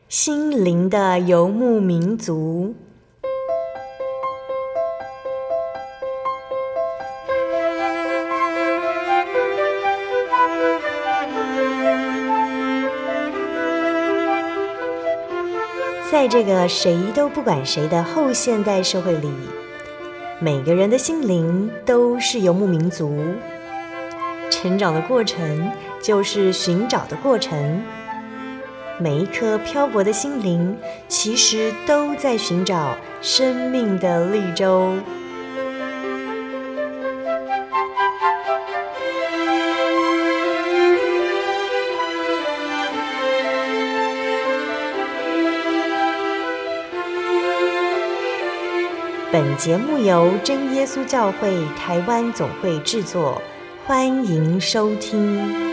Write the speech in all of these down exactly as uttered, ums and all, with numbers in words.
心灵的游牧民族。在这个谁都不管谁的后现代社会里，每个人的心灵都是游牧民族。成长的过程就是寻找的过程，每一颗漂泊的心灵其实都在寻找生命的绿洲。本节目由真耶稣教会台湾总会制作，欢迎收听。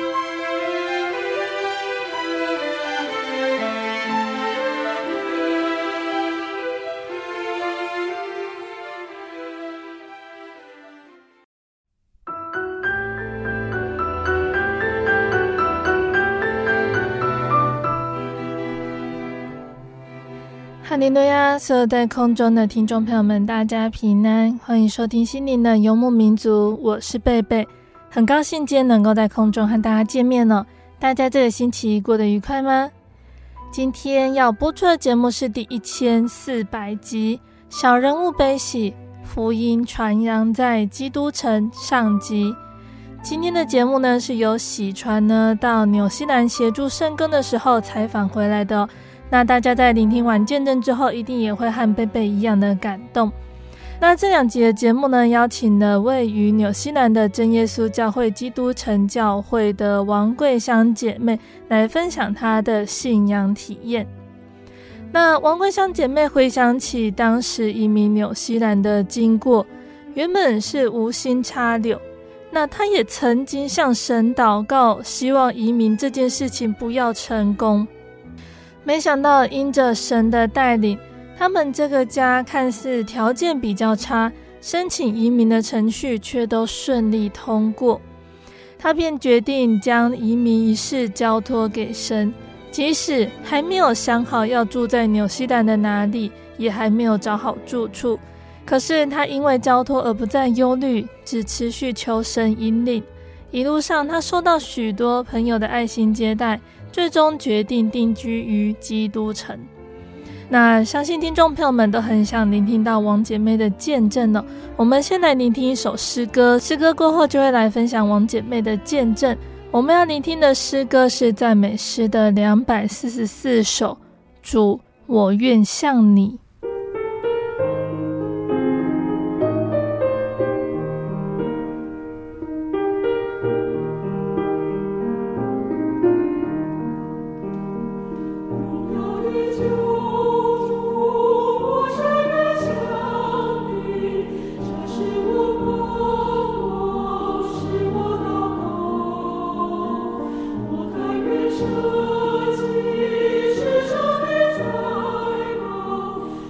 哈利路亚！所有在空中的听众朋友们，大家平安，欢迎收听心灵的游牧民族，我是贝贝，很高兴今天能够在空中和大家见面了。大家这个星期过得愉快吗？今天要播出的节目是第一千四百集《小人物悲喜，福音传扬在基督城》上集。今天的节目呢，是由喜传呢到纽西兰协助圣耕的时候采访回来的哦。那大家在聆听完见证之后，一定也会和贝贝一样的感动。那这两集的节目呢，邀请了位于纽西兰的真耶稣教会基督城教会的王桂香姐妹来分享她的信仰体验。那王桂香姐妹回想起当时移民纽西兰的经过，原本是无心插柳，那她也曾经向神祷告，希望移民这件事情不要成功。没想到因着神的带领，他们这个家看似条件比较差，申请移民的程序却都顺利通过。他便决定将移民一事交托给神，即使还没有想好要住在纽西兰的哪里，也还没有找好住处，可是他因为交托而不再忧虑，只持续求神引领。一路上他受到许多朋友的爱心接待，最终决定定居于基督城。那相信听众朋友们都很想聆听到王姐妹的见证哦。我们先来聆听一首诗歌，诗歌过后就会来分享王姐妹的见证。我们要聆听的诗歌是赞美诗的两百四十四首，主，我愿像你。 舍己是生命在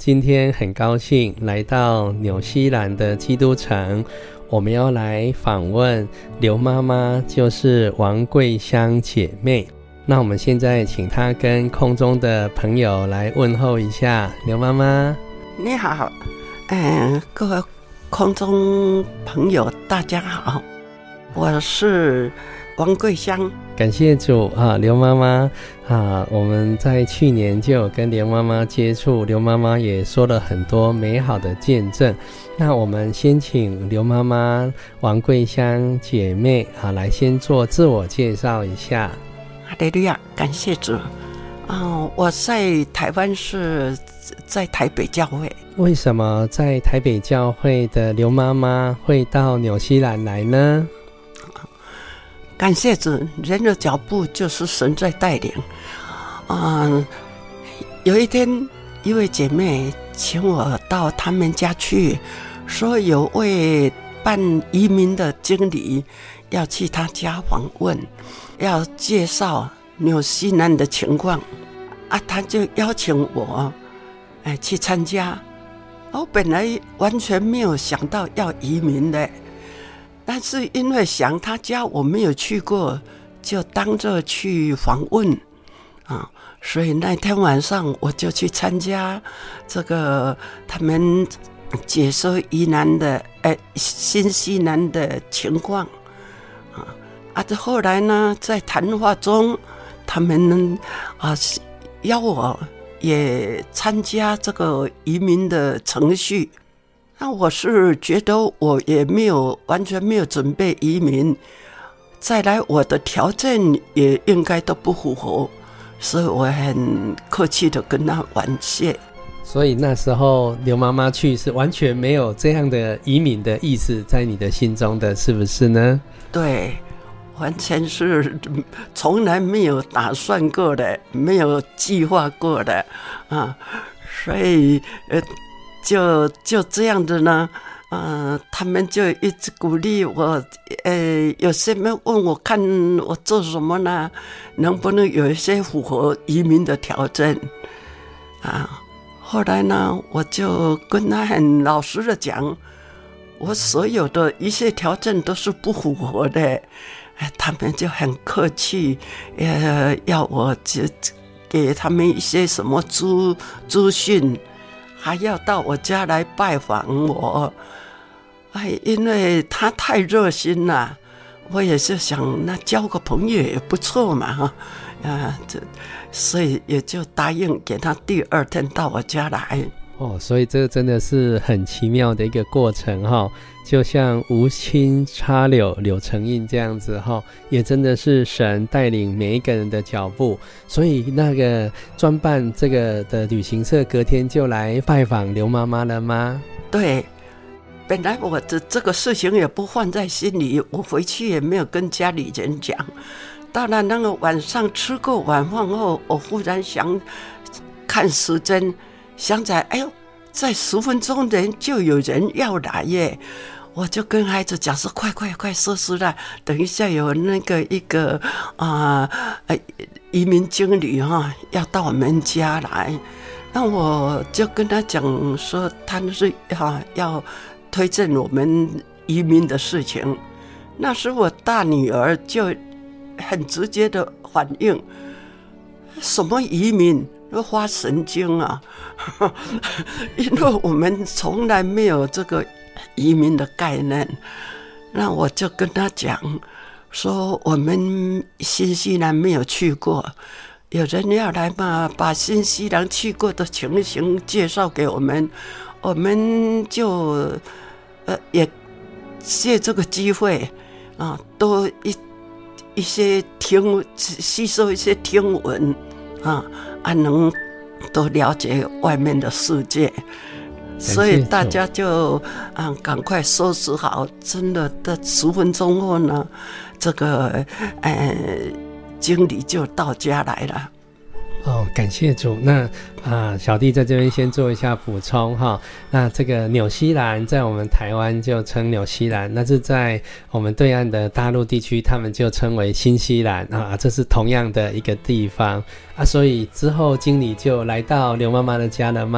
今天很高兴来到纽西兰的基督城，我们要来访问刘妈妈，就是王桂香姐妹。那我们现在请她跟空中的朋友来问候一下。刘妈妈你好，嗯，各位空中朋友大家好，我是王桂香。 感谢主啊，刘妈妈啊，我们在去年就有跟刘妈妈接触，刘妈妈也说了很多美好的见证。那我们先请刘妈妈王桂香姐妹啊来先做自我介绍一下。 哈利路亚，感谢主啊！我在台湾是在台北教会。 为什么在台北教会的刘妈妈会到纽西兰来呢？ 感谢主，人的脚步就是神在带领。嗯，有一天，一位姐妹请我到他们家去，说有位办移民的经理要去他家访问，要介绍纽西兰的情况啊，他就邀请我，哎，去参加。我本来完全没有想到要移民的。但是因为想他家我没有去过，就当着去访问啊，所以那天晚上我就去参加这个他们解说宜兰的呃新西兰的情况啊啊！后来呢，在谈话中，他们啊邀我也参加这个移民的程序。那我是觉得我也没有完全没有准备移民，再来我的条件也应该都不符合，所以我很客气的跟他婉谢。 所以那时候刘妈妈去是完全没有这样的移民的意思在你的心中的，是不是呢？ 对，完全是从来没有打算过的，没有计划过的啊，所以呃。就就这样子呢，呃，他们就一直鼓励我，呃，有些人问我看我做什么呢，能不能有一些符合移民的条件啊？后来呢，我就跟他很老实的讲，我所有的一些条件都是不符合的，他们就很客气，呃，要我就给他们一些什么资资讯。还要到我家来拜访我，哎，因为他太热心了，我也是想那交个朋友也不错嘛哈，啊，这所以也就答应给他第二天到我家来。 哦，所以这真的是很奇妙的一个过程哈，就像无心插柳柳成荫这样子哈，也真的是神带领每一个人的脚步。所以那个专办这个的旅行社隔天就来拜访刘妈妈了吗？ 对，本来我这这个事情也不放在心里，我回去也没有跟家里人讲。到了那个晚上吃过晚饭后，我忽然想看时间，想起来，哎呦，在十分钟人就有人要来耶！我就跟孩子讲说：“快快快，收拾了，等一下有那个一个啊呃移民经理哈、啊、要到我们家来。”那我就跟他讲说，他是哈、啊、要推荐我们移民的事情。那时我大女儿就很直接的反应：“什么移民？都发神经啊！”因为我们从来没有这个移民的概念。那我就跟他讲说，我们新西兰没有去过，有人要来嘛，把新西兰去过的情形介绍给我们，我们就呃也借这个机会啊，多一一些听吸收一些听闻啊，啊能多了解外面的世界。所以大家就啊赶快收拾好，真的的十分钟后呢，这个呃经理就到家来了。 哦，感谢主。那啊，小弟在这边先做一下补充哈。那这个纽西兰在我们台湾就称纽西兰，那是在我们对岸的大陆地区，他们就称为新西兰啊，这是同样的一个地方啊。所以之后经理就来到刘妈妈的家了吗？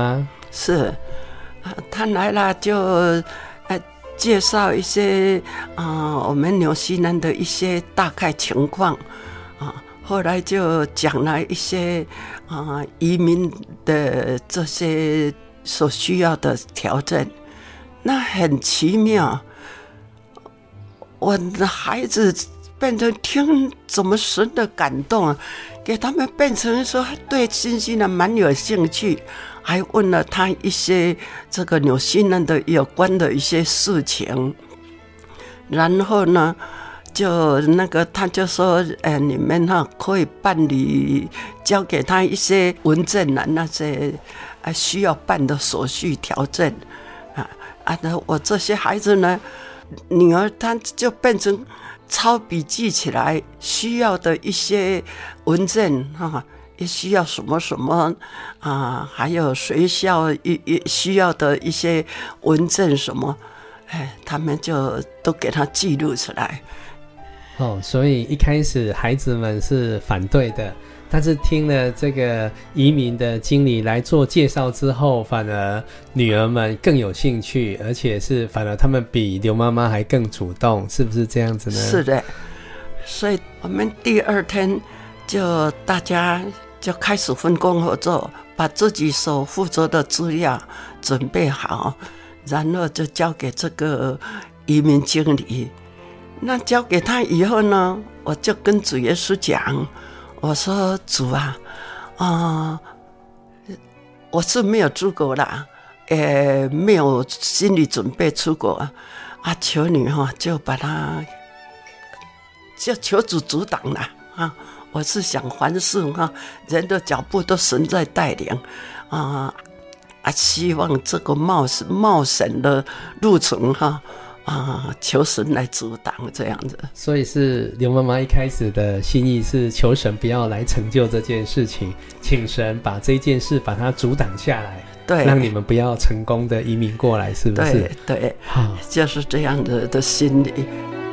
是，啊，他来了就呃介绍一些啊、呃、我们纽西兰的一些大概情况啊，后来就讲了一些啊、呃、移民的这些所需要的条件，那很奇妙。我的孩子变成听怎么神的感动啊，给他们变成说对新西兰蛮有兴趣，还问了他一些这个纽西兰的有关的一些事情，然后呢，就那个他就说，哎，你们哈可以办理，交给他一些文件啊，那些啊需要办的手续条件啊啊，那我这些孩子呢，女儿她就变成抄笔记起来需要的一些文件哈。也需要什么什么啊，还有学校也需要的一些文件什么，哎，他们就都给他记录出来。 哦，所以一开始孩子们是反对的，但是听了这个移民的经理来做介绍之后，反而女儿们更有兴趣，而且是反而他们比刘妈妈还更主动，是不是这样子呢？ 是的，所以我们第二天就大家就开始分工合作，把自己所负责的资料准备好，然后就交给这个移民经理。那交给他以后呢，我就跟主耶稣讲，我说主啊，啊、呃，我是没有出国啦，也没有心理准备出国啊，求你哈，就把他就求主阻挡了啊。我是想凡事哈，人的脚步都神在带领啊啊！希望这个冒冒险的路程哈啊，求神来阻挡这样子。 所以是刘妈妈一开始的心意是求神不要来成就这件事情，请神把这件事把它阻挡下来， 对， 让你们不要成功的移民过来，是不是？ 对对，就是这样的的心理。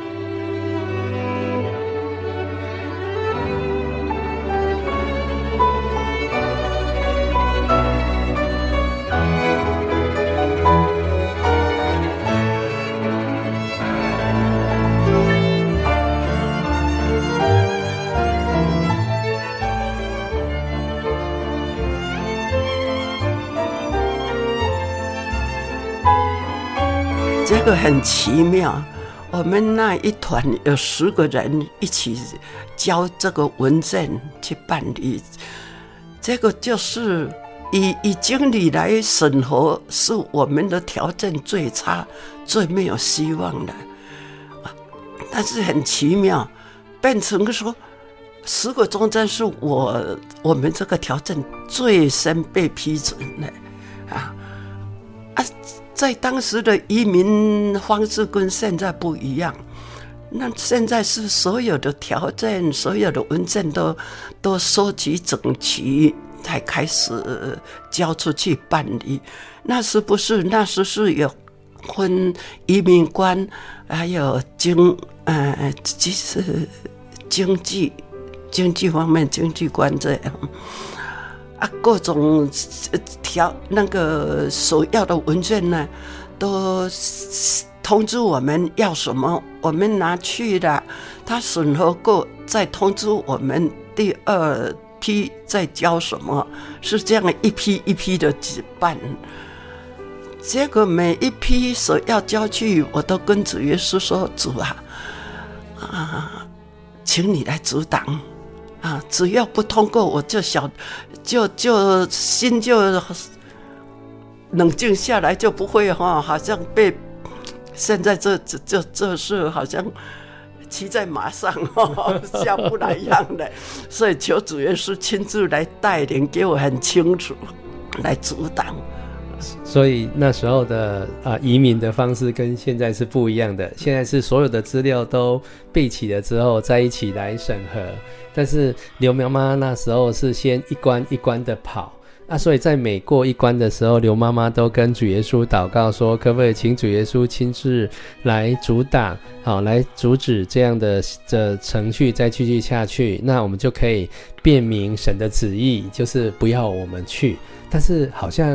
这个很奇妙，我们那一团有十个人一起交这个文件去办理，这个就是以以经理来审核，是我们的条件最差、最没有希望的。但是很奇妙，变成说十个中间是我我们这个条件最先被批准的啊啊！在当时的移民方式跟现在不一样，那现在是所有的条件、所有的文件都都收集整齐，才开始交出去办理。那时不是，那时是有分移民官，还有经呃，其实经济经济方面经济官这样。啊，各种条那个所要的文件呢，都通知我们要什么，我们拿去了，他审核过，再通知我们第二批再交什么，是这样一批一批的办。结果每一批所要交去，我都跟主耶稣说：“主啊，啊，请你来阻挡。”啊，只要不通过，我就小，就就心就冷静下来，就不会哈，好像被现在这这这这是好像骑在马上哈下不来一样的，所以求主耶稣亲自来带领，给我很清楚来阻挡。 所以那时候的啊、呃、移民的方式跟现在是不一样的，现在是所有的资料都备齐了之后在一起来审核，但是刘妈妈那时候是先一关一关的跑啊，所以在每过一关的时候，刘妈妈都跟主耶稣祷告说，可不可以请主耶稣亲自来阻挡，好，来阻止这样的的程序再继续下去，那我们就可以辨明神的旨意，就是不要我们去。但是好像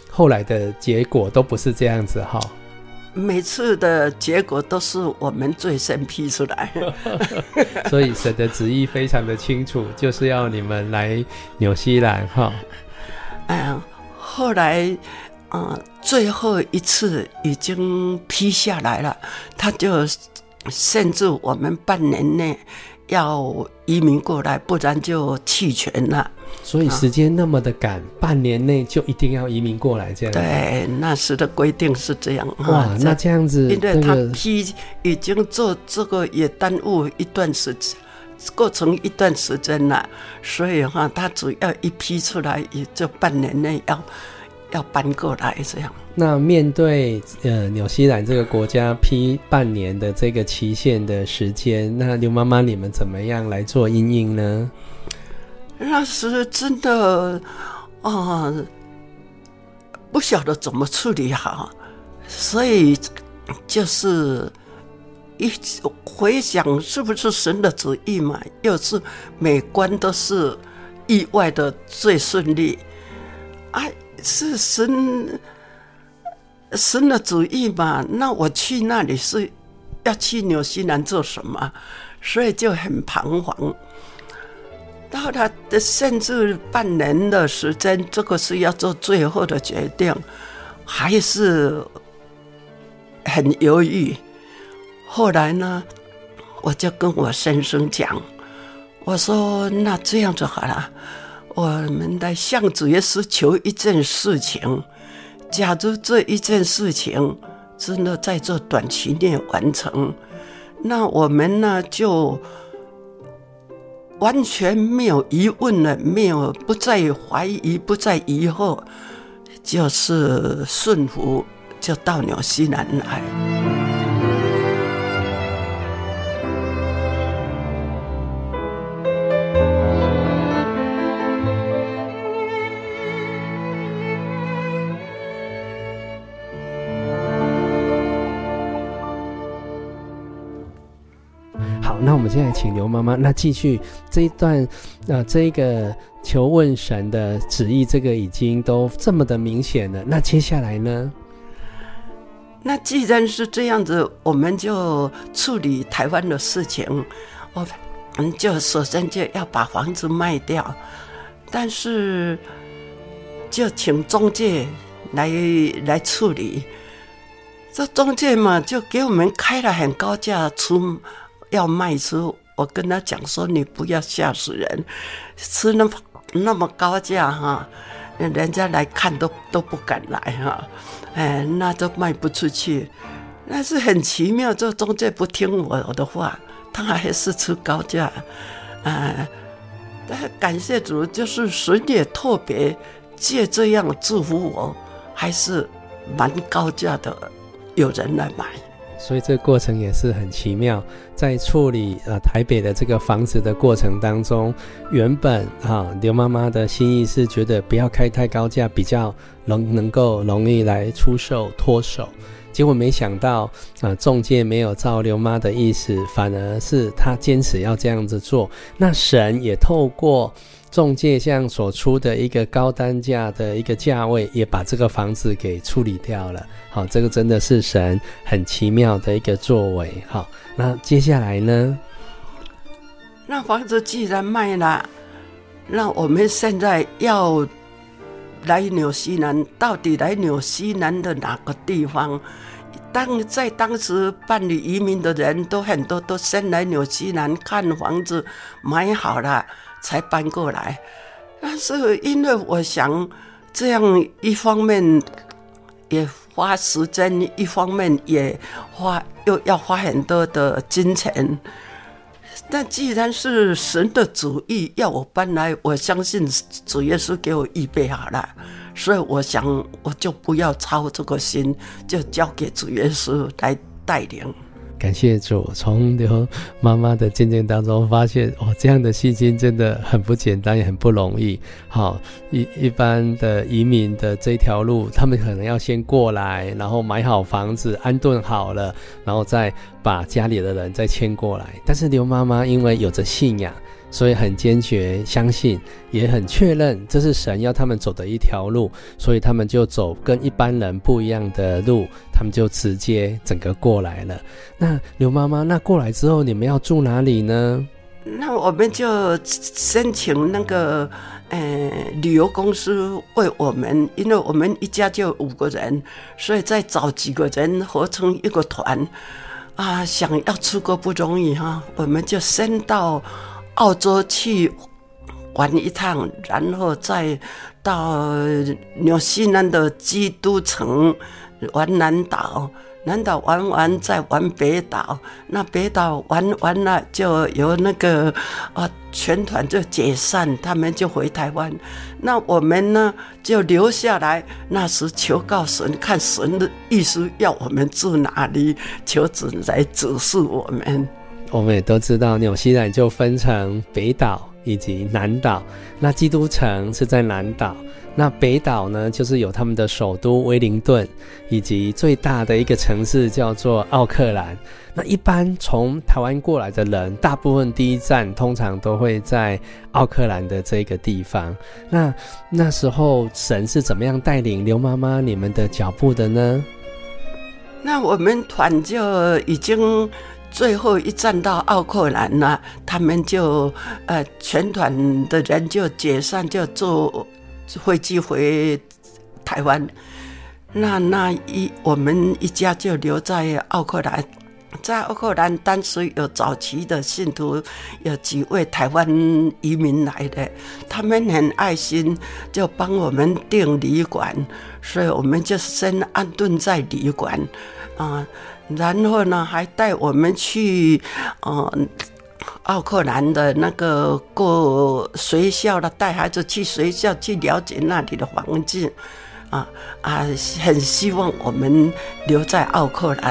后来的结果都不是这样子哈。 每次的结果都是我们最先批出来所以神的旨意非常的清楚，就是要你们来纽西兰哈。 嗯，后来呃，最后一次已经批下来了，他就限制我们半年内要移民过来，不然就弃权了。 所以时间那么的赶、啊、半年内就一定要移民过来这样。 对，那时的规定是这样。 哇，啊、那这样子， 因为他批已经做这个也耽误一段时间，过程一段时间了，所以哈，他只要一批出来，也就半年内要要搬过来这样。 那面对呃纽西兰这个国家批半年的这个期限的时间，那刘妈妈你们怎么样来做因应呢？ 那时真的啊、呃，不晓得怎么处理好，所以就是一回想是不是神的旨意嘛，又是每关都是意外的最顺利啊，是神神的旨意嘛，那我去那里是要去纽西兰做什么，所以就很彷徨。到他的限制半年的时间，这个是要做最后的决定，还是很犹豫。后来呢，我就跟我先生讲，我说那这样就好了，我们来向主耶稣求一件事情，假如这一件事情真的在这短期内完成，那我们呢就完全没有疑问了，没有不再怀疑，不再疑惑，就是顺服，就到纽西兰来。 那我们现在请刘妈妈，那继续这一段，呃，这一个求问神的旨意，这个已经都这么的明显了。那接下来呢？ 那既然是这样子，我们就处理台湾的事情。我们就首先就要把房子卖掉，但是就请中介来来处理。这中介嘛，就给我们开了很高价出。要卖出，我跟他讲说，你不要吓死人，吃那么那么高价哈，人家来看都都不敢来哈，哎，那都卖不出去。那是很奇妙，这中介不听我的话，他还是出高价，啊，但感谢主，就是神也特别借这样祝福我，还是蛮高价的，有人来买。 所以这个过程也是很奇妙，在处理呃台北的这个房子的过程当中，原本啊刘妈妈的心意是觉得不要开太高价，比较能能够容易来出售脱手，结果没想到啊中介没有照刘妈的意思，反而是他坚持要这样子做，那神也透过中介项所出的一个高单价的一个价位，也把这个房子给处理掉了。好，这个真的是神很奇妙的一个作为。好，那接下来呢？ 那房子既然卖了，那我们现在要来纽西兰，到底来纽西兰的哪个地方？当在当时办理移民的人都很多，都先来纽西兰看房子，买好了才搬过来。但是因为我想这样一方面也花时间，一方面也花又要花很多的金钱。但既然是神的主意要我搬来，我相信主耶稣给我预备好了，所以我想我就不要操这个心，就交给主耶稣来带领。 感谢主，从刘妈妈的见证当中发现，哦，这样的信心真的很不简单，也很不容易。好，一一般的移民的这条路，他们可能要先过来，然后买好房子，安顿好了，然后再把家里的人再迁过来。但是刘妈妈因为有着信仰， 所以很坚决相信，也很确认这是神要他们走的一条路，所以他们就走跟一般人不一样的路，他们就直接整个过来了。那刘妈妈，那过来之后你们要住哪里呢？ 那我们就申请那个呃旅游公司为我们，因为我们一家就五个人，所以再找几个人合成一个团啊，想要出国不容易哈，我们就先到澳洲去玩一趟，然后再到纽西兰的基督城玩南岛，南岛玩完再玩北岛，那北岛玩完了就由那个啊全团就解散，他们就回台湾，那我们呢就留下来，那时求告神，看神的意思要我们住哪里，求主来指示我们。 我们也都知道纽西兰就分成北岛以及南岛，那基督城是在南岛，那北岛呢就是有他们的首都威灵顿，以及最大的一个城市叫做奥克兰。那一般从台湾过来的人，大部分第一站通常都会在奥克兰的这个地方。那那时候神是怎么样带领刘妈妈你们的脚步的呢？ 那我们团就已经最后一站到奥克兰了，他们就呃全团的人就解散，就坐飞机回台湾。那那一我们一家就留在奥克兰，在奥克兰当时有早期的信徒，有几位台湾移民来的，他们很爱心，就帮我们订旅馆，所以我们就先安顿在旅馆啊。然后呢，还带我们去，呃，奥克兰的那个过学校了，带孩子去学校去了解那里的环境，啊啊，很希望我们留在奥克兰。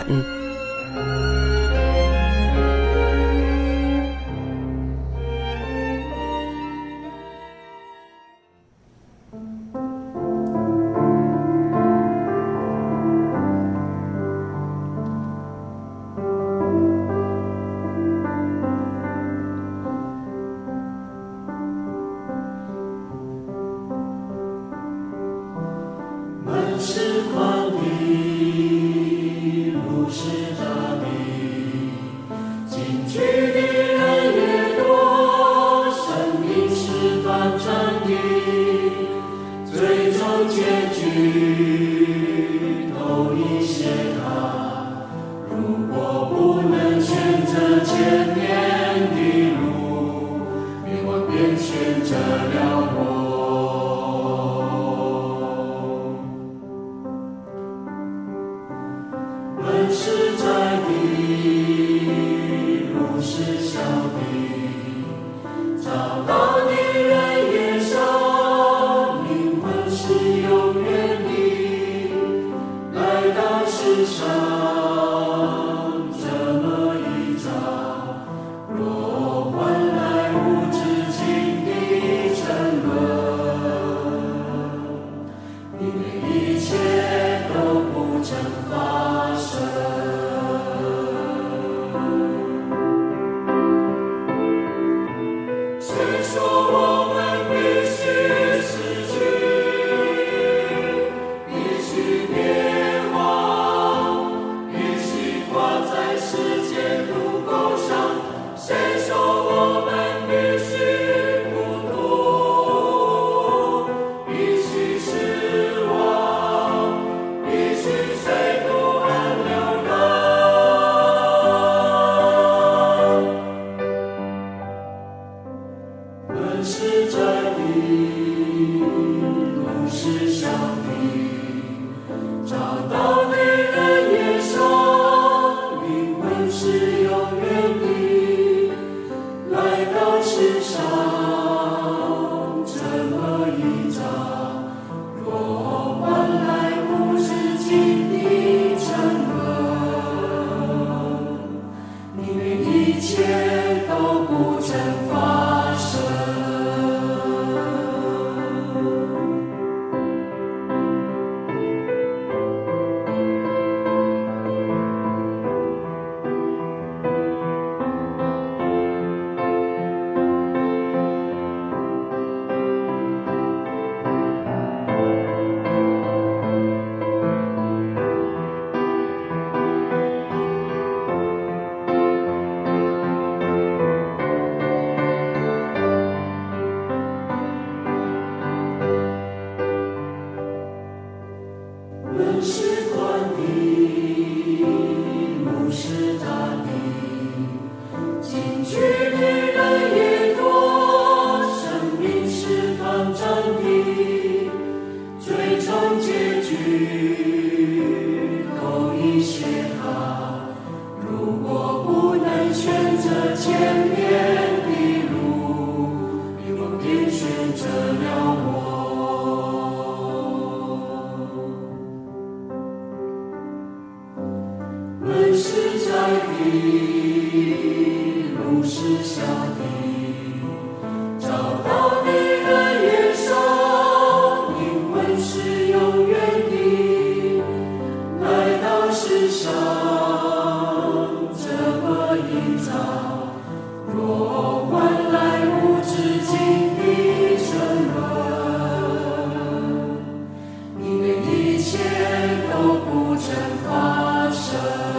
的，路是小的，找到的人也少，灵魂是永远的。来到世上这么一遭，若换来无止境的沉沦，因为一切都不曾发生。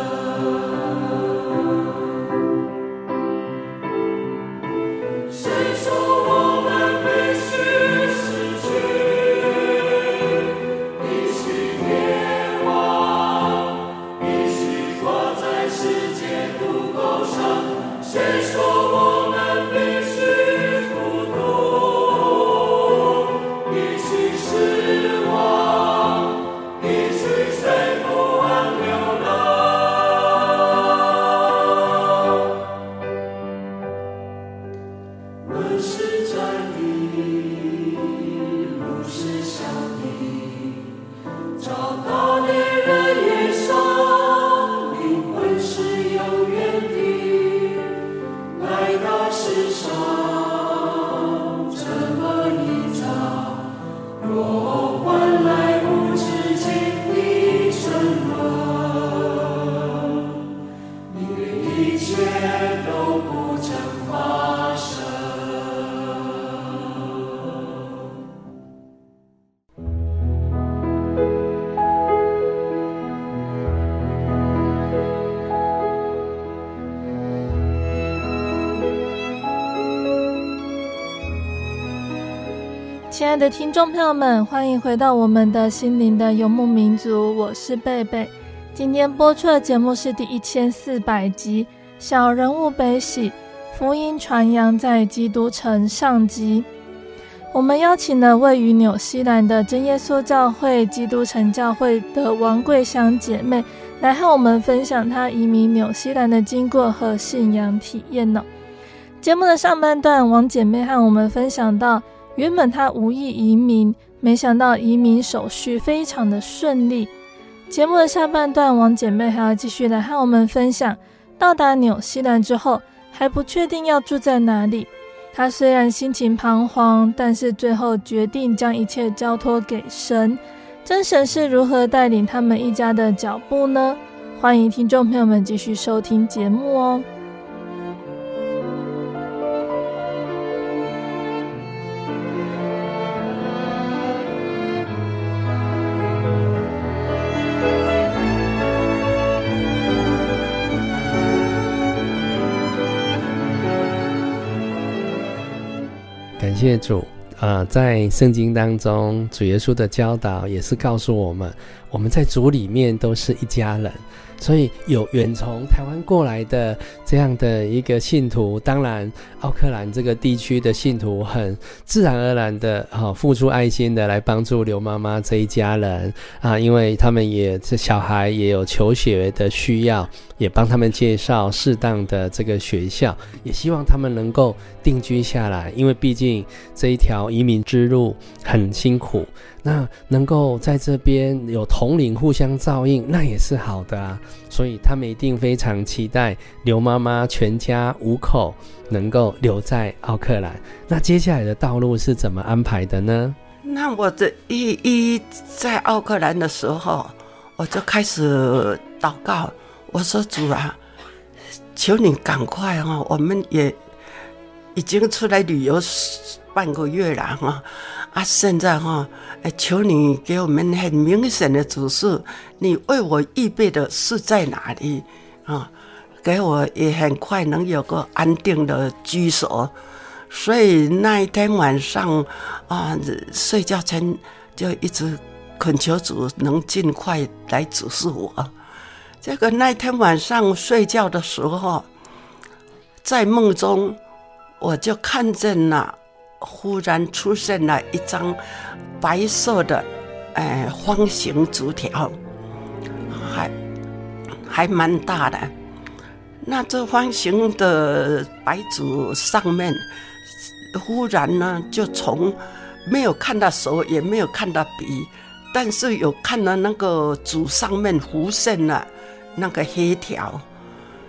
谁说我们必须失去？必须灭亡，必须活在世界渡口上。谁说我们必须孤独？必须失望，必须随不安流浪。门是窄的，路是小的，找到的人也少，灵魂是永远的。来到世上这么一遭，若换来无止境的沉沦，因为一切都不曾发生。 亲爱的听众朋友们，欢迎回到我们的心灵的游牧民族，我是贝贝。今天播出的节目是第一千四百集小人物悲喜，福音传扬在基督城上集。我们邀请了位于纽西兰的真耶稣教会基督城教会的王桂香姐妹来和我们分享她移民纽西兰的经过和信仰体验呢。节目的上半段，王姐妹和我们分享到原本她无意移民，没想到移民手续非常的顺利。节目的下半段，王姐妹还要继续来和我们分享到达纽西兰之后还不确定要住在哪里。她虽然心情彷徨，但是最后决定将一切交托给神。真神是如何带领他们一家的脚步呢？欢迎听众朋友们继续收听节目哦。 感谢主啊、呃，在圣经当中，主耶稣的教导也是告诉我们，我们在主里面都是一家人。所以有远从台湾过来的这样的一个信徒，当然奥克兰这个地区的信徒很自然而然的、哦、付出爱心的来帮助刘妈妈这一家人啊，因为他们也这小孩也有求学的需要，也帮他们介绍适当的这个学校，也希望他们能够定居下来，因为毕竟这一条移民之路很辛苦，那能够在这边有同龄互相照应，那也是好的啊。所以他们一定非常期待刘妈妈全家五口能够留在奥克兰。那接下来的道路是怎么安排的呢？ 那我这一一在奥克兰的时候，我就开始祷告，我说主啊，求你赶快哈，我们也已经出来旅游半个月了哈。啊，现在哈，求你给我们很明显的指示，你为我预备的是在哪里啊？给我也很快能有个安定的居所。所以那一天晚上啊，睡觉前就一直恳求主能尽快来指示我。这个那天晚上睡觉的时候，在梦中我就看见了。忽然出现了一张白色的、呃、方形竹条，还还蛮大的。那这方形的白竹上面，忽然呢就从没有看到手，也没有看到笔，但是有看到那个竹上面浮现了那个黑条，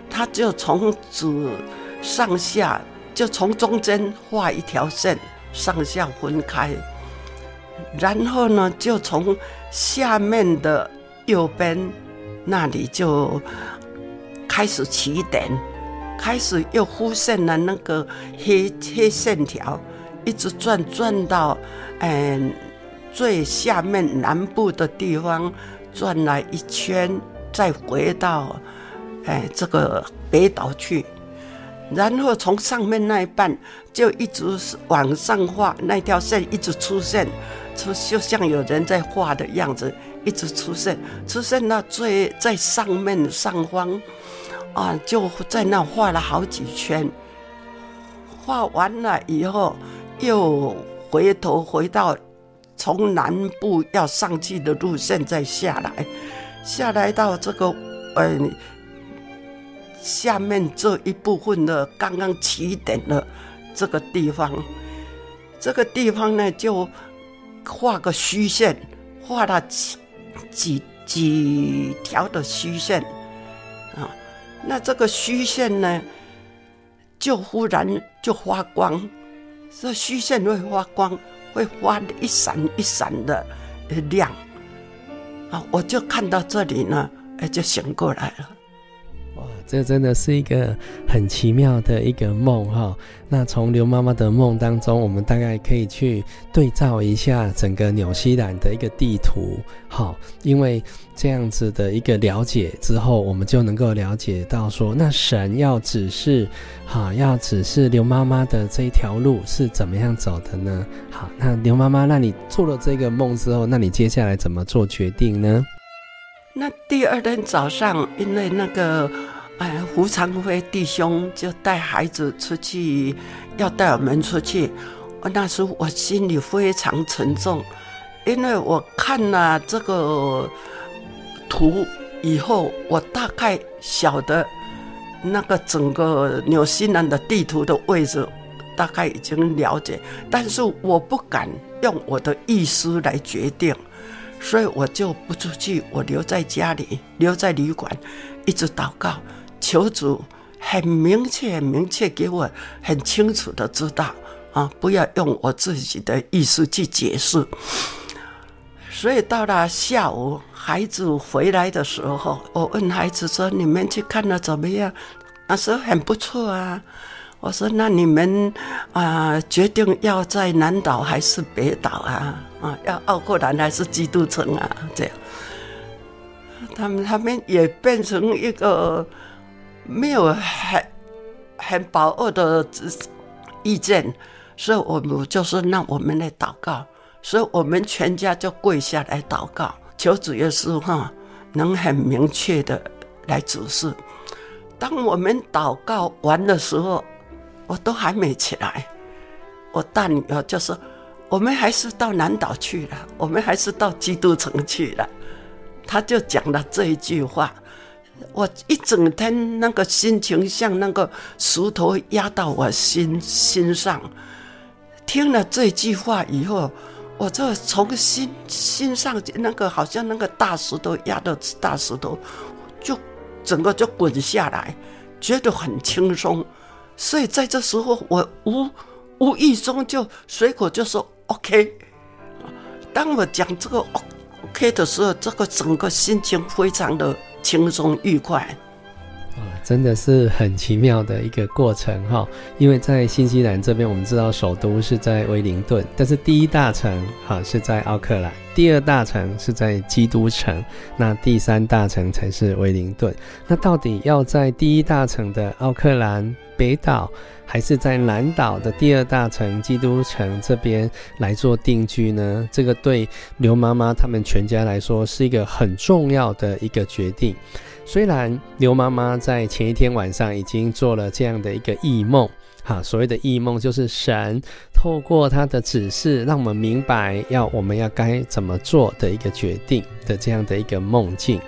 他就从主上下，就从中间画一条线，上下分开，然后呢，就从下面的右边那里就开始起点，开始又出现了那个黑黑线条，一直转转到嗯最下面南部的地方，转来一圈，再回到哎这个北岛去。然后从上面那一半就一直往上画，那条线一直出现，出就像有人在画的样子，一直出现，出现到最在上面上方，啊，就在那画了好几圈。画完了以后，又回头回到从南部要上去的路线，再下来，下来到这个呃。下面这一部分的刚刚起点的这个地方，这个地方呢就画个虚线，画了几几几条的虚线啊。那这个虚线呢，就忽然就发光，这虚线会发光，会发一闪一闪的亮啊。我就看到这里呢，哎，就醒过来了。 哇，这真的是一个很奇妙的一个梦哈。那从刘妈妈的梦当中，我们大概可以去对照一下整个纽西兰的一个地图，好，因为这样子的一个了解之后，我们就能够了解到说，那神要指示，好，要指示刘妈妈的这一条路是怎么样走的呢？好，那刘妈妈，那你做了这个梦之后，那你接下来怎么做决定呢？ 那第二天早上，因为那个哎胡长辉弟兄就带孩子出去，要带我们出去，那时候我心里非常沉重，因为我看了这个图以后，我大概晓得那个整个纽西兰的地图的位置，大概已经了解，但是我不敢用我的意思来决定。所以我就不出去，我留在家里，留在旅馆，一直祷告，求主很明确、很明确给我很清楚的知道啊，不要用我自己的意思去解释。所以到了下午，孩子回来的时候，我问孩子说：“你们去看了怎么样？”他说：“很不错啊。”我说：“那你们啊、呃，决定要在南岛还是北岛啊？啊，要奥克兰还是基督城啊？这样，他们他们也变成一个没有很很把握的意见，所以我们就说，那我们来祷告。所以我们全家就跪下来祷告，求主耶稣哈能很明确的来指示。当我们祷告完的时候，我都还没起来，我大女儿就说：“我们还是到南岛去了，我们还是到基督城去了。”她就讲了这一句话，我一整天那个心情像那个石头压到我心心上。听了这句话以后，我就从心心上那个好像那个大石头压到大石头，就整个就滚下来，觉得很轻松。所以在这时候，我无无意中就随口就说 OK。当我讲这个 OK 的时候，这个整个心情非常的轻松愉快。 真的是很奇妙的一个过程哈，因为在新西兰这边，我们知道首都是在威灵顿，但是第一大城哈是在奥克兰，第二大城是在基督城，那第三大城才是威灵顿。那到底要在第一大城的奥克兰北岛，还是在南岛的第二大城基督城这边来做定居呢？这个对刘妈妈他们全家来说是一个很重要的一个决定。虽然刘妈妈在前一天晚上已经做了这样的一个异梦，哈，所谓的异梦就是神透过他的指示，让我们明白要我们要该怎么做的一个决定的这样的一个梦境。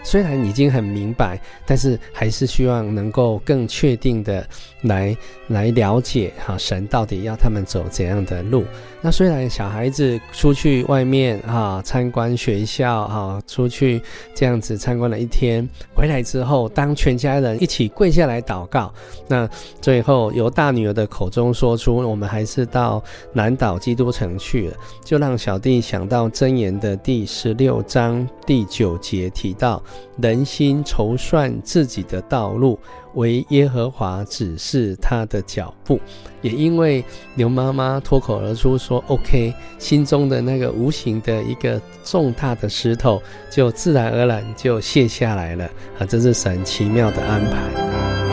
虽然已经很明白，但是还是希望能够更确定的来来了解哈，神到底要他们走怎样的路。那虽然小孩子出去外面哈参观学校哈，出去这样子参观了一天，回来之后，当全家人一起跪下来祷告，那最后由大女儿的口中说出，我们还是到南岛基督城去了，就让小弟想到箴言的第十六章第九节提到，人心筹算自己的道路，唯耶和华指示他的脚步。也因为刘妈妈脱口而出说 OK， 心中的那个无形的一个重大的石头就自然而然就卸下来了啊，这是神奇妙的安排。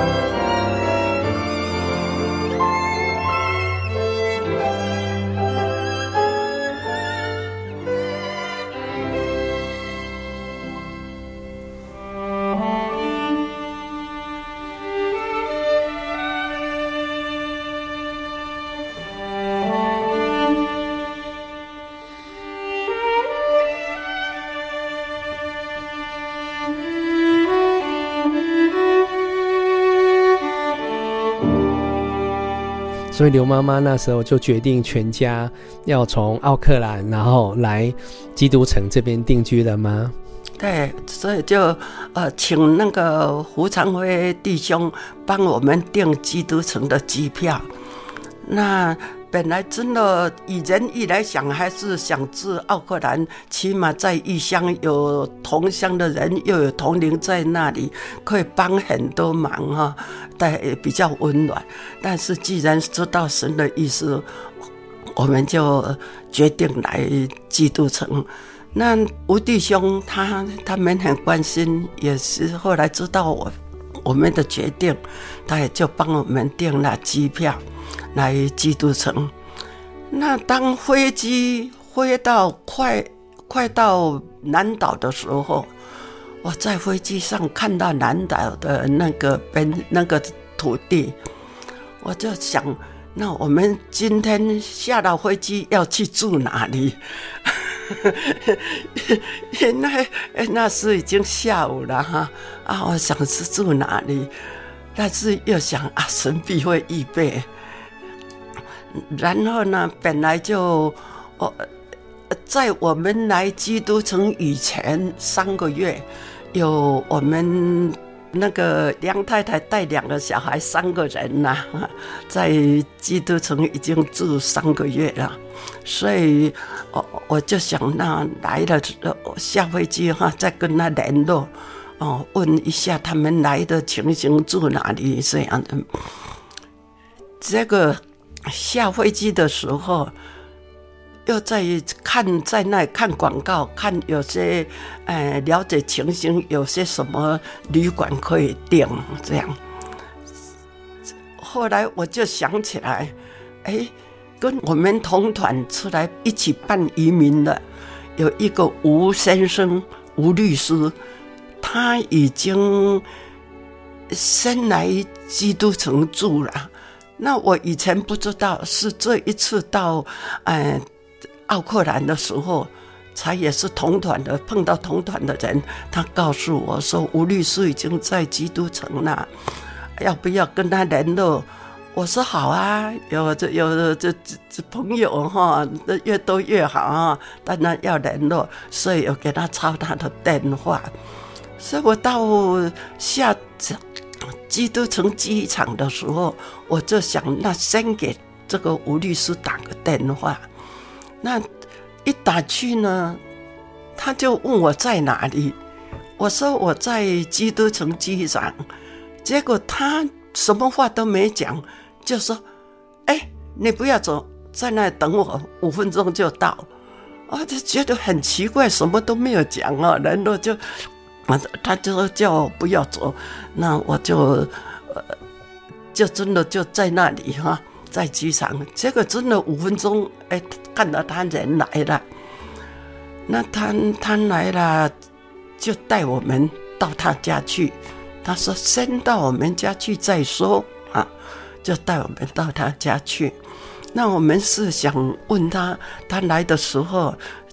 所以刘妈妈那时候就决定全家要从奥克兰然后来基督城这边定居了吗？ 对，所以就呃请那个胡长辉弟兄帮我们订基督城的机票。那本来真的以人意来想，还是想至奥克兰，起码在异乡有同乡的人，又有同龄在那里，可以帮很多忙哈，但也比较温暖。但是既然知道神的意思，我们就决定来基督城。那吴弟兄他他们很关心，也是后来知道我我们的决定，他也就帮我们订了机票来基督城。那当飞机飞到快快到南岛的时候，我在飞机上看到南岛的那个边那个土地，我就想，那我们今天下了飞机要去住哪里？原来那时已经下午了哈啊！我想是住哪里，但是又想啊，神必会预备。然后呢，本来就我在我们来基督城以前三个月，有我们那个梁太太带两个小孩，三个人呐、啊，在基督城已经住三个月了，所以我我就想，那来了下飞机哈，再跟他联络哦，问一下他们来的情形，住哪里这样的。这个下飞机的时候，又在看在那里看广告，看有些呃了解情形，有些什么旅馆可以订这样。后来我就想起来，哎，跟我们同团出来一起办移民的有一个吴先生，吴律师，他已经先来基督城住了。那我以前不知道，是这一次到呃奥克兰的时候，才也是同团的，碰到同团的人，他告诉我说吴律师已经在基督城了，要不要跟他联络？我说好啊，有这有这这朋友哈，越多越好啊，当然要联络，所以我给他抄他的电话。所以我到下基督城机场的时候，我就想，那先给这个吴律师打个电话。那一打去呢，他就问我在哪里，我说我在基督城机场，结果他什么话都没讲，就说：“哎，你不要走，在那里等我，五分钟就到。”我就觉得很奇怪，什么都没有讲啊，然后就。他就叫我不要走，那我就呃，就真的就在那里哈，在机场。结果真的五分钟，哎，看到他人来了，那他他来了，就带我们到他家去。他说先到我们家去再说啊，就带我们到他家去。那我们是想问他，他来的时候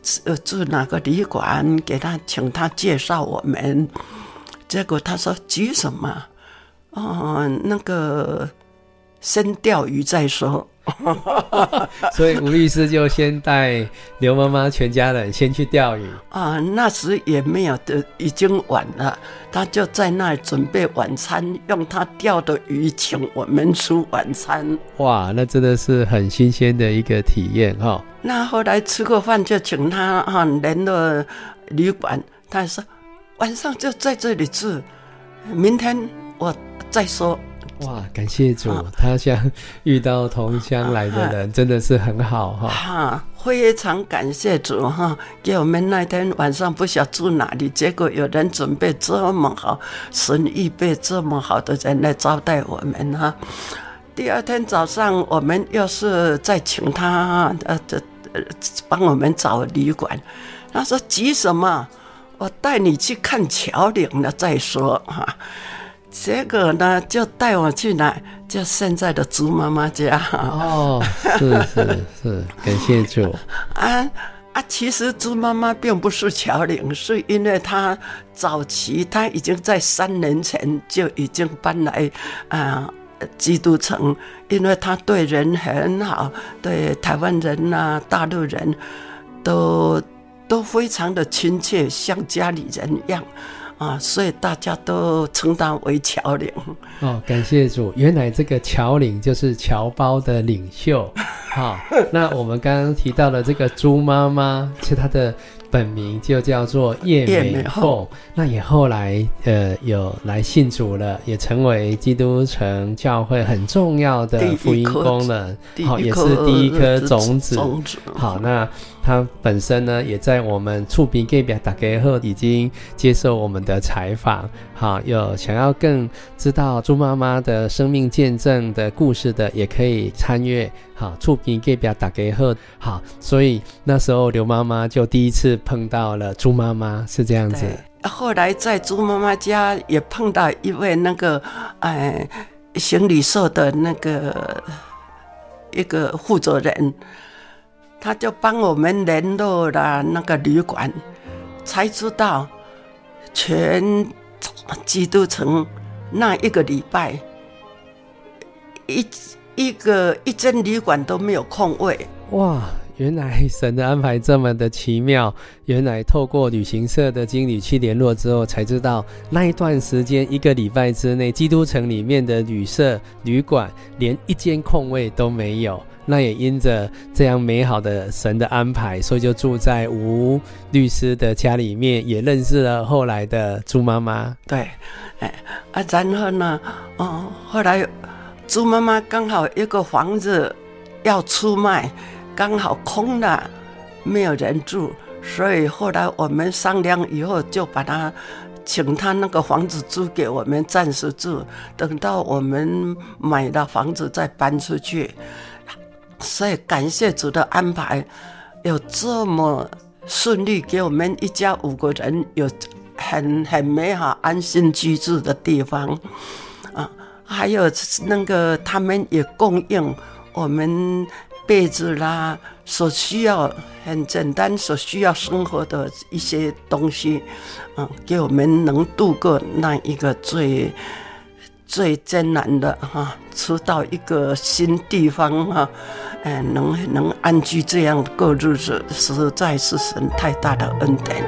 住哪个旅馆，给他请他介绍我们。结果他说急什么？哦，那个先钓鱼再说。 所以吴律师就先带刘妈妈全家人先去钓鱼啊，那时也没有的，已经晚了。他就在那里准备晚餐，用他钓的鱼请我们吃晚餐。 哇，那真的是很新鲜的一个体验哈、哦。 那后来吃过饭就请他啊联络旅馆，他说晚上就在这里住，明天我再说。 哇，感谢主，啊、他像遇到同乡来的人，啊、真的是很好哈、 啊。非常感谢主哈，给我们那天晚上不晓得住哪里，结果有人准备这么好，神预备这么好的人来招待我们哈。第二天早上，我们又是再请他呃呃帮我们找旅馆，他说急什么？我带你去看桥岭了再说哈。结果呢，就带我去哪？就现在的朱妈妈家。 哦，是是是，感谢主。 啊啊，其实朱妈妈并不是侨领，是因为她早期她已经在三年前就已经搬来啊、呃、基督城，因为她对人很好，对台湾人啊、大陆人都都非常的亲切，像家里人一样。啊，所以大家都称他为侨领哦。感谢主，原来这个侨领就是侨胞的领袖。好、哦，那我们刚刚提到的这个朱妈妈，其实她的本名就叫做叶美凤，那也后来呃有来信主了，也成为基督城教会很重要的福音工人，好、哦，也是第一颗种子。好，那他本身呢，也在我们触屏隔壁大家后已经接受我们的采访。好，有想要更知道朱妈妈的生命见证的故事的，也可以参阅。好，触屏隔壁大家后。好，所以那时候刘妈妈就第一次碰到了朱妈妈，是这样子。 后来在朱妈妈家也碰到一位那个哎行李社的那个一个负责人。他就帮我们联络了那个旅馆，才知道全基督城那一个礼拜一一个一间旅馆都没有空位。 哇，原来神的安排这么的奇妙，原来透过旅行社的经理去联络之后才知道，那一段时间一个礼拜之内，基督城里面的旅社旅馆连一间空位都没有。那也因着这样美好的神的安排，所以就住在吴律师的家里面，也认识了后来的朱妈妈。 对，哎啊，然后呢，哦，后来朱妈妈刚好一个房子要出卖，刚好空了，没有人住，所以后来我们商量以后，就把她请他那个房子租给我们暂时住，等到我们买了房子再搬出去。所以感谢主的安排，有这么顺利，给我们一家五个人有很很美好安心居住的地方啊。还有那个他们也供应我们被子啦，所需要很简单所需要生活的一些东西，啊，给我们能度过那一个最最艰难的哈，出到一个新地方哈，呃，能能安居这样过日子，实在是神太大的恩典。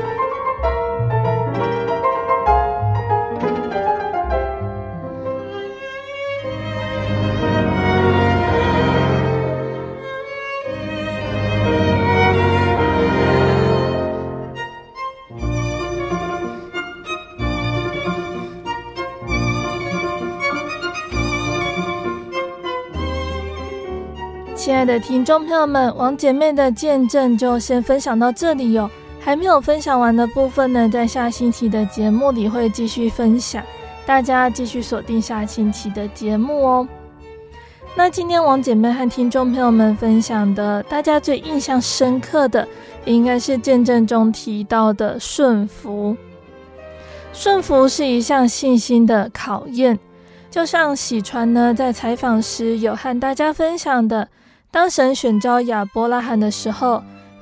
亲爱的听众朋友们，王姐妹的见证就先分享到这里哦。还没有分享完的部分呢，在下星期的节目里会继续分享，大家继续锁定下星期的节目哦。那今天王姐妹和听众朋友们分享的，大家最印象深刻的，应该是见证中提到的顺服。顺服是一项信心的考验，就像喜传呢在采访时有和大家分享的，当神选召亚伯拉罕的时候，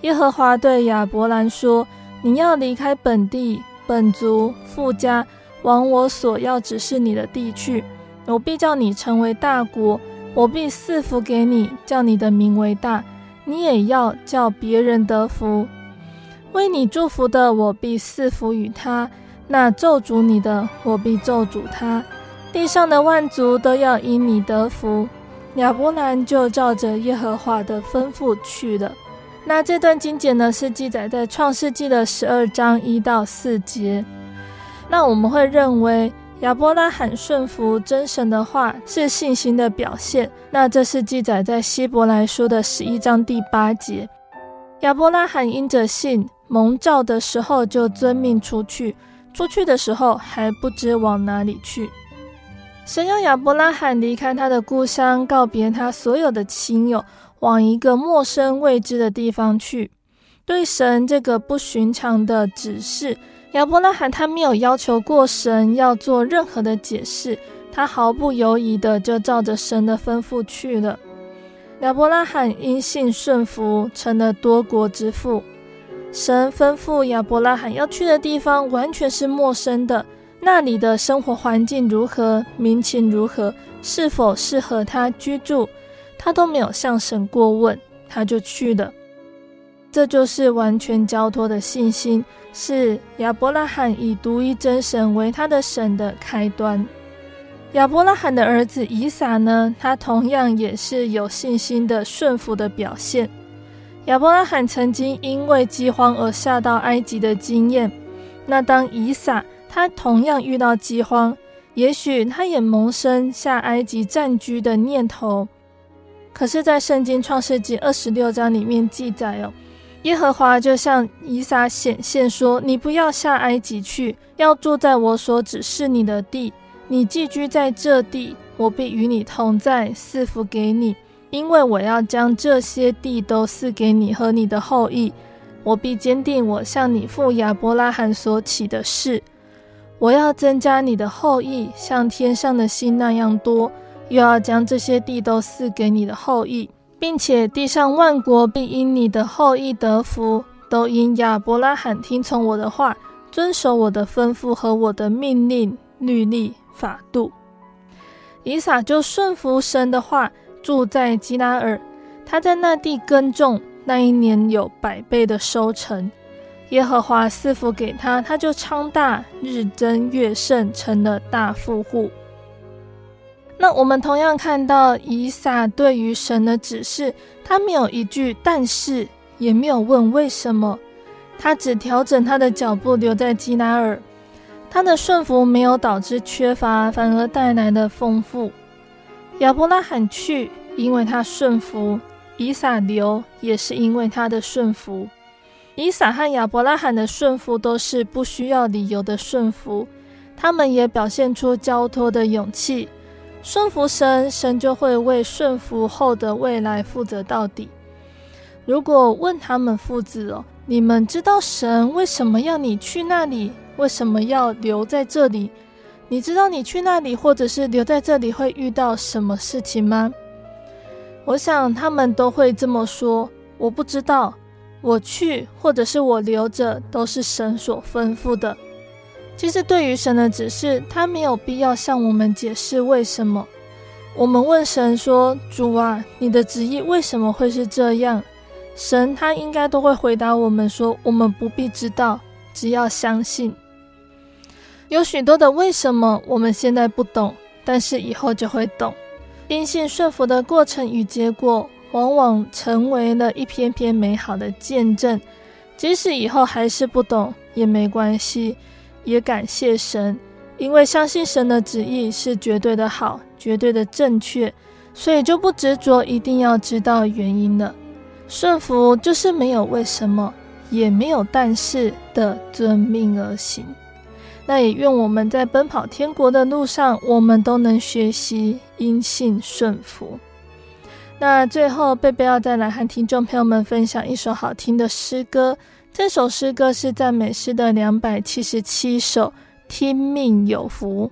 耶和华对亚伯兰说，你要离开本地、本族、父家，往我所要指示你的地去。我必叫你成为大国，我必赐福给你，叫你的名为大，你也要叫别人得福。为你祝福的，我必赐福与他；那咒诅你的，我必咒诅他。地上的万族都要因你得福。亚伯兰就照着耶和华的吩咐去了。那这段经节呢，是记载在创世纪的十二章一到四节。那我们会认为亚伯拉罕顺服真神的话是信心的表现，那这是记载在希伯来书的十一章第八节。亚伯拉罕因着信，蒙召的时候就遵命出去，出去的时候还不知往哪里去。神要亚伯拉罕离开他的故乡，告别他所有的亲友，往一个陌生未知的地方去。对神这个不寻常的指示，亚伯拉罕他没有要求过神要做任何的解释，他毫不犹豫的就照着神的吩咐去了。亚伯拉罕因信顺服，成了多国之父。神吩咐亚伯拉罕要去的地方完全是陌生的，那里的生活环境如何，民情如何，是否适合他居住，他都没有向神过问，他就去了。这就是完全交托的信心，是亚伯拉罕以独一真神为他的神的开端。亚伯拉罕的儿子以撒呢，他同样也是有信心的顺服的表现。亚伯拉罕曾经因为饥荒而下到埃及的经验，那当以撒他同样遇到饥荒，也许他也萌生下埃及暂居的念头。可是在圣经创世纪二十六章里面记载哦，耶和华就向以撒显现说，你不要下埃及去，要住在我所指示你的地，你寄居在这地，我必与你同在，赐福给你，因为我要将这些地都赐给你和你的后裔，我必坚定我向你父亚伯拉罕所起的誓，我要增加你的后裔像天上的星那样多，又要将这些地都赐给你的后裔，并且地上万国必因你的后裔得福，都因亚伯拉罕听从我的话，遵守我的吩咐和我的命令、律例、法度。以撒就顺服神的话，住在基拉尔，他在那地耕种，那一年有百倍的收成。耶和华赐福给他，他就昌大，日增月盛，成了大富户。那我们同样看到以撒对于神的指示，他没有一句但是，也没有问为什么，他只调整他的脚步留在基拉尔。他的顺服没有导致缺乏，反而带来了丰富。亚伯拉罕去，因为他顺服；以撒留，也是因为他的顺服。以撒和亚伯拉罕的顺服都是不需要理由的顺服，他们也表现出交托的勇气。顺服神，神就会为顺服后的未来负责到底。如果问他们父子哦，你们知道神为什么要你去那里？为什么要留在这里？你知道你去那里或者是留在这里会遇到什么事情吗？我想他们都会这么说，我不知道，我去或者是我留着都是神所吩咐的。其实对于神的指示，他没有必要向我们解释为什么。我们问神说，主啊，你的旨意为什么会是这样？神他应该都会回答我们说，我们不必知道，只要相信。有许多的为什么我们现在不懂，但是以后就会懂。因信顺服的过程与结果，往往成为了一篇篇美好的见证。即使以后还是不懂也没关系，也感谢神，因为相信神的旨意是绝对的好，绝对的正确，所以就不执着一定要知道原因了。顺服就是没有为什么，也没有但是的遵命而行。那也愿我们在奔跑天国的路上，我们都能学习因信顺服。那最后贝贝要再来和听众朋友们分享一首好听的诗歌，这首诗歌是赞美诗的两百七十七首，听命有福。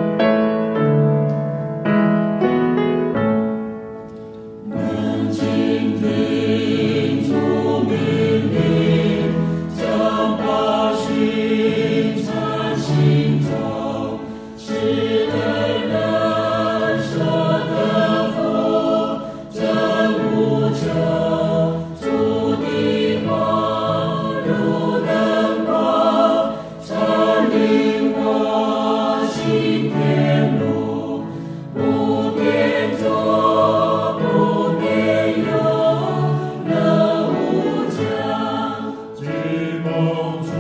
能记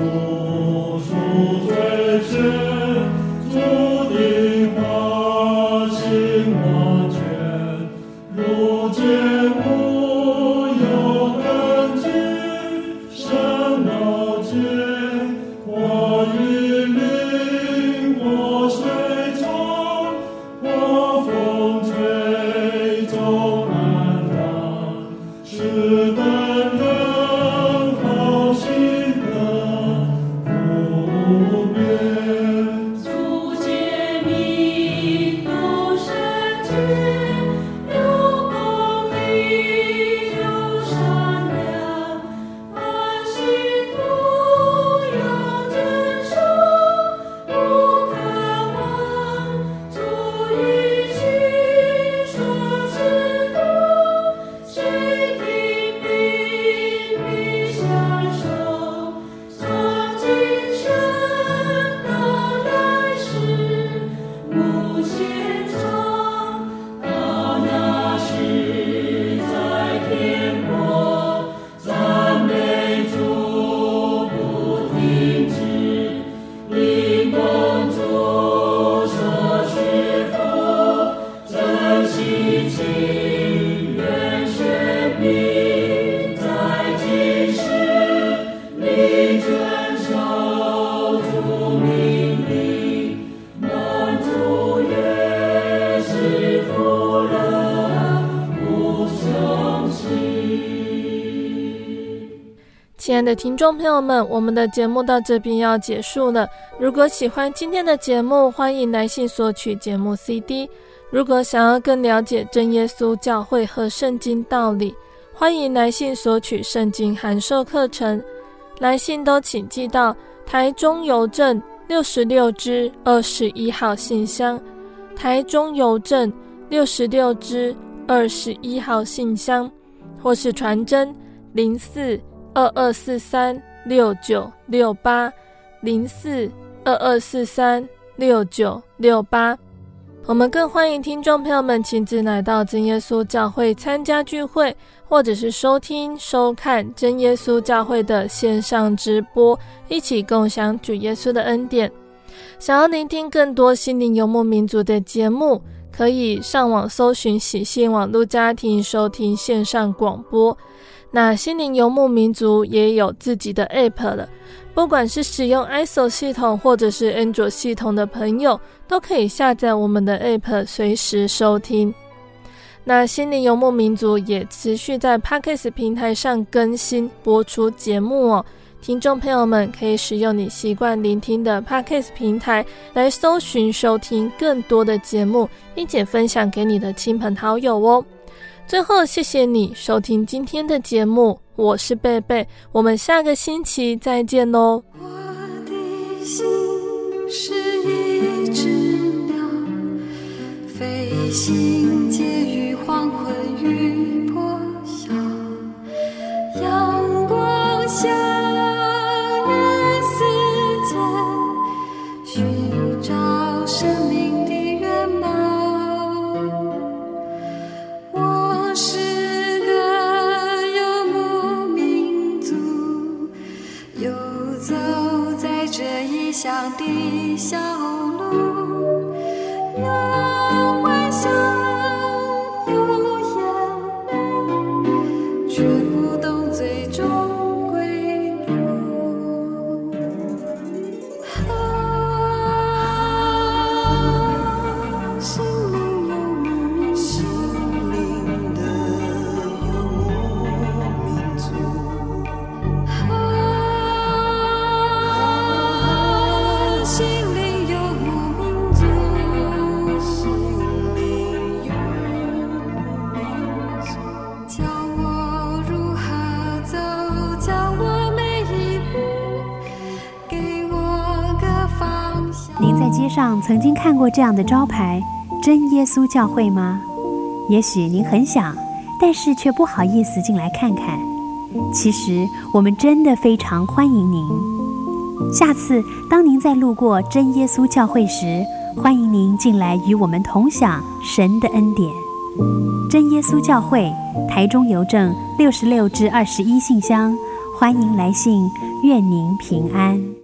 亲爱的听众朋友们，我们的节目到这边要结束了。如果喜欢今天的节目，欢迎来信索取节目 C D。 如果想要更了解真耶稣教会和圣经道理，欢迎来信索取圣经函授课程。来信都请寄到台中邮政六十六支二十一号信箱，台中邮政六十六支二十一号信箱，或是传真零四二二四三六九六八零四二二四三六九六八。我们更欢迎听众朋友们亲自来到真耶稣教会参加聚会，或者是收听收看真耶稣教会的线上直播，一起共享主耶稣的恩典。想要聆听更多心灵游牧民族的节目，可以上网搜寻喜信网络家庭收听线上广播。那心灵游牧民族也有自己的 App 了，不管是使用 I S O 系统或者是 Android 系统的朋友，都可以下载我们的 App 随时收听。那心灵游牧民族也持续在 Podcast 平台上更新播出节目哦，听众朋友们可以使用你习惯聆听的 Podcast 平台来搜寻收听更多的节目，并且分享给你的亲朋好友哦。最后谢谢你收听今天的节目，我是贝贝，我们下个星期再见咯。 我的心是一只鸟，飞行介于黄昏与破晓，阳光下与世界寻找生命的原貌。我是个游牧民族，游走在这异乡的小路，有欢笑，有眼泪，却不懂最终归路。啊，心灵游牧民族，心灵游牧民族，教我如何走，教我每一步，给我个方向。 您在街上曾经看过这样的招牌真耶稣教会吗？也许您很想，但是却不好意思进来看看。其实我们真的非常欢迎您。下次当您在路过真耶稣教会时，欢迎您进来与我们同享神的恩典。真耶稣教会台中邮政六十六至二十一信箱， 欢迎来信，愿您平安。